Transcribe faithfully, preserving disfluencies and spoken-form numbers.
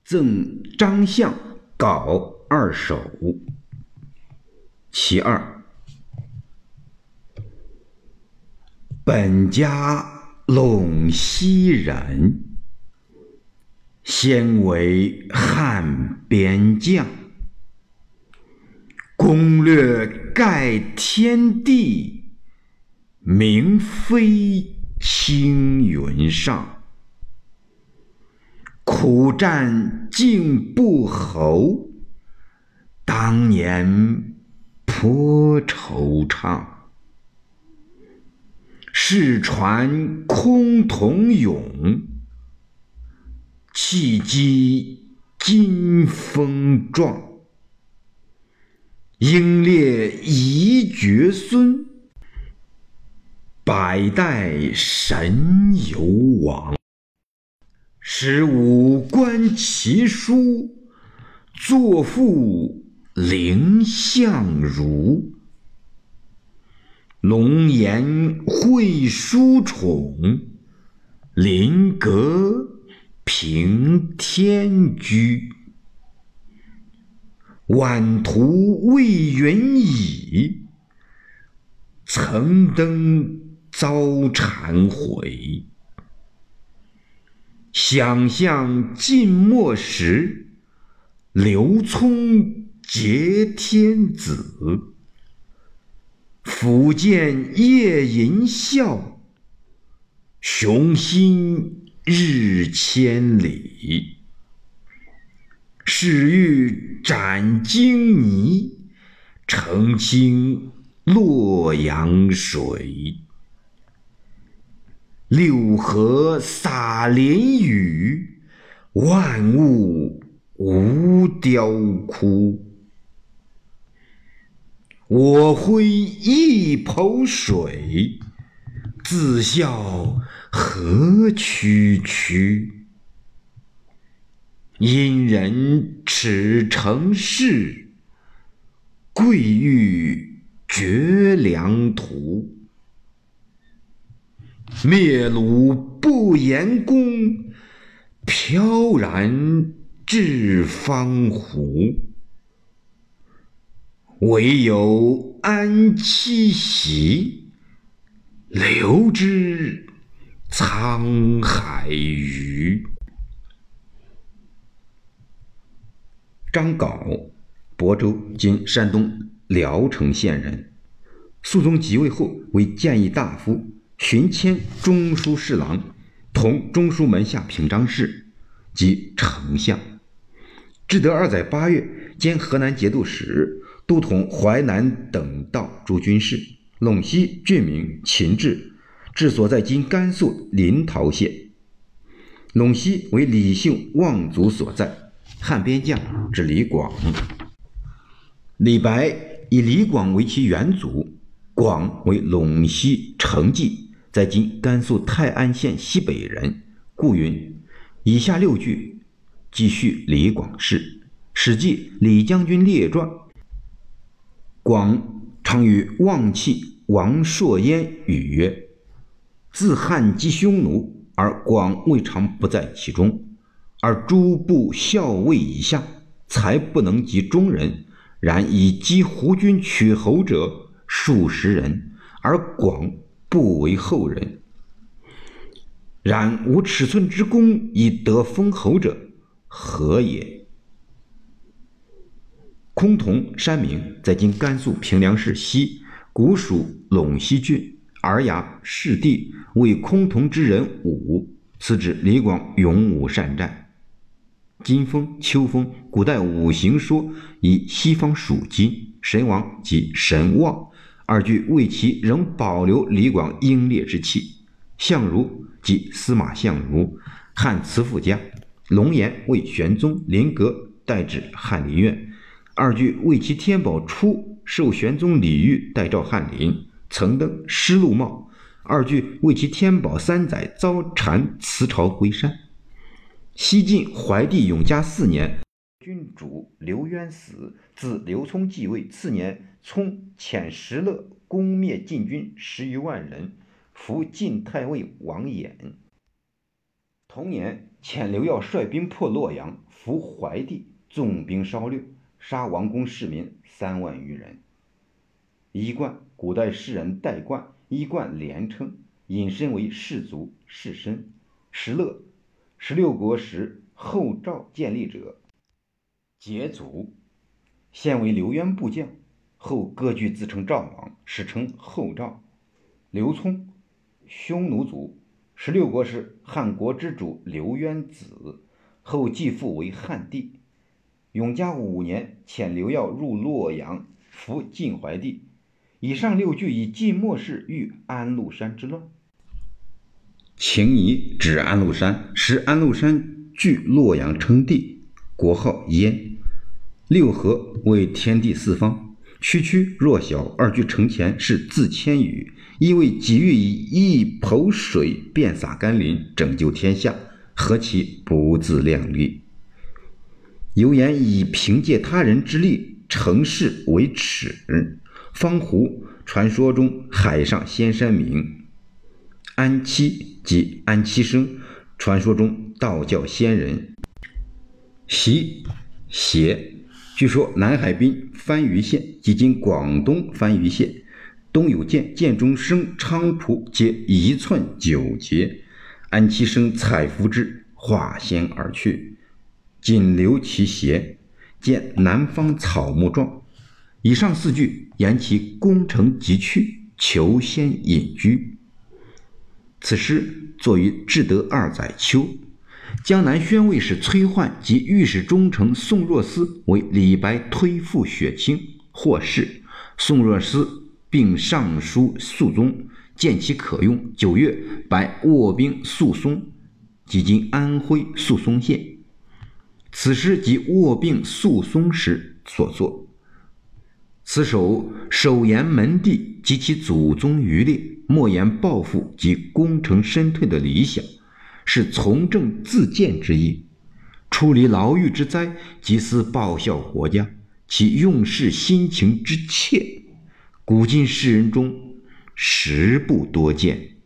赠张相稿二首。其二，本家陇西人，先为汉边将，攻略盖天地，名飞青云上。苦战竟不侯，当年颇惆怅。世传崆峒勇，气击金风壮。英烈遗绝孙，百代神犹亡。使吾观其书，作赋苓相如。龙颜会书宠，麟阁平天居。晚图未云矣，曾登遭忏悔。想象晋末时，刘聪结天子。甫见夜吟啸，雄心日千里。是欲斩荆泥，澄清洛阳水。六合洒连雨，万物无雕枯。我挥一抔水，自笑何区区。因人耻成事，贵欲绝良图。灭鲁不言功，飘然至方湖。唯有安栖息，留之沧海鱼。张镐，亳州（今山东聊城县）人。肃宗即位后，为谏议大夫、巡迁中书侍郎，同中书门下平章事及丞相。至德二载八月，兼河南节度使，都统淮南等道诸军事。陇西郡名秦治，治所在今甘肃临洮县。陇西为李姓望族所在。汉边将指李广。李白以李广为其远祖，广为陇西成纪，在今甘肃泰安县西北人，故云。以下六句记叙李广事。史记李将军列传。广常与望气王朔焉语曰：自汉击匈奴，而广未尝不在其中。而诸部校尉以下，才不能及中人，然以击胡军取侯者数十人，而广不为后人。然无尺寸之功以得封侯者，何也？崆峒山名，在今甘肃平凉市西，古属陇西郡。儿牙世弟为崆峒之人武，此指李广勇武善战。金风、秋风，古代五行说以西方属金，神王即神旺，二句为其仍保留李广英烈之气。相如即司马相如，汉辞赋家。龙颜为玄宗，麟阁代指翰林院，二句为其天宝初受玄宗礼遇代召翰林，曾登失禄帽，二句为其天宝三载遭谗辞朝归山。西晋怀帝永嘉四年，君主刘渊死，自刘聪继位。次年，聪遣石勒攻灭晋军十余万人，俘晋太尉王衍。同年， 遣刘耀率兵破洛阳，伏怀帝，纵兵烧掠，杀王公市民三万余人。衣冠，古代士人戴冠，衣冠连称，引申为士族、士绅。石勒，十六国时后赵建立者，节祖，现为刘渊部将，后割据自称赵王，史称后赵。刘聪，匈奴族，十六国时汉国之主刘渊子，后继父为汉帝。永嘉五年，遣刘耀入洛阳，伏晋怀帝。以上六句以晋末世喻安禄山之乱。秦仪指安禄山，使安禄山据洛阳称帝，国号燕。六合为天地四方，区区弱小，二句承前是自谦语，意为己欲以一抔水遍洒甘霖，拯救天下，何其不自量力。有言以凭借他人之力成事为耻。方湖，传说中海上仙山名。安七即安七生，传说中道教仙人。袭，邪，据说南海滨番禺县即今广东番禺县东有剑，剑中生菖蒲，皆一寸九节。安七生采服之，化仙而去，仅留其邪，见南方草木状。以上四句言其功成即去，求仙隐居。此诗作于至德二载秋，江南宣慰使崔焕及御史中丞宋若思为李白推赴雪清，获释。宋若思并上书肃宗，见其可用，九月白卧兵肃松，即今安徽肃松县。此诗即卧病肃松时所作。此首首言门第及其祖宗余烈，末言抱负及功成身退的理想，是从政自荐之意。出离牢狱之灾，即思报效国家，其用事心情之切，古今诗人中实不多见。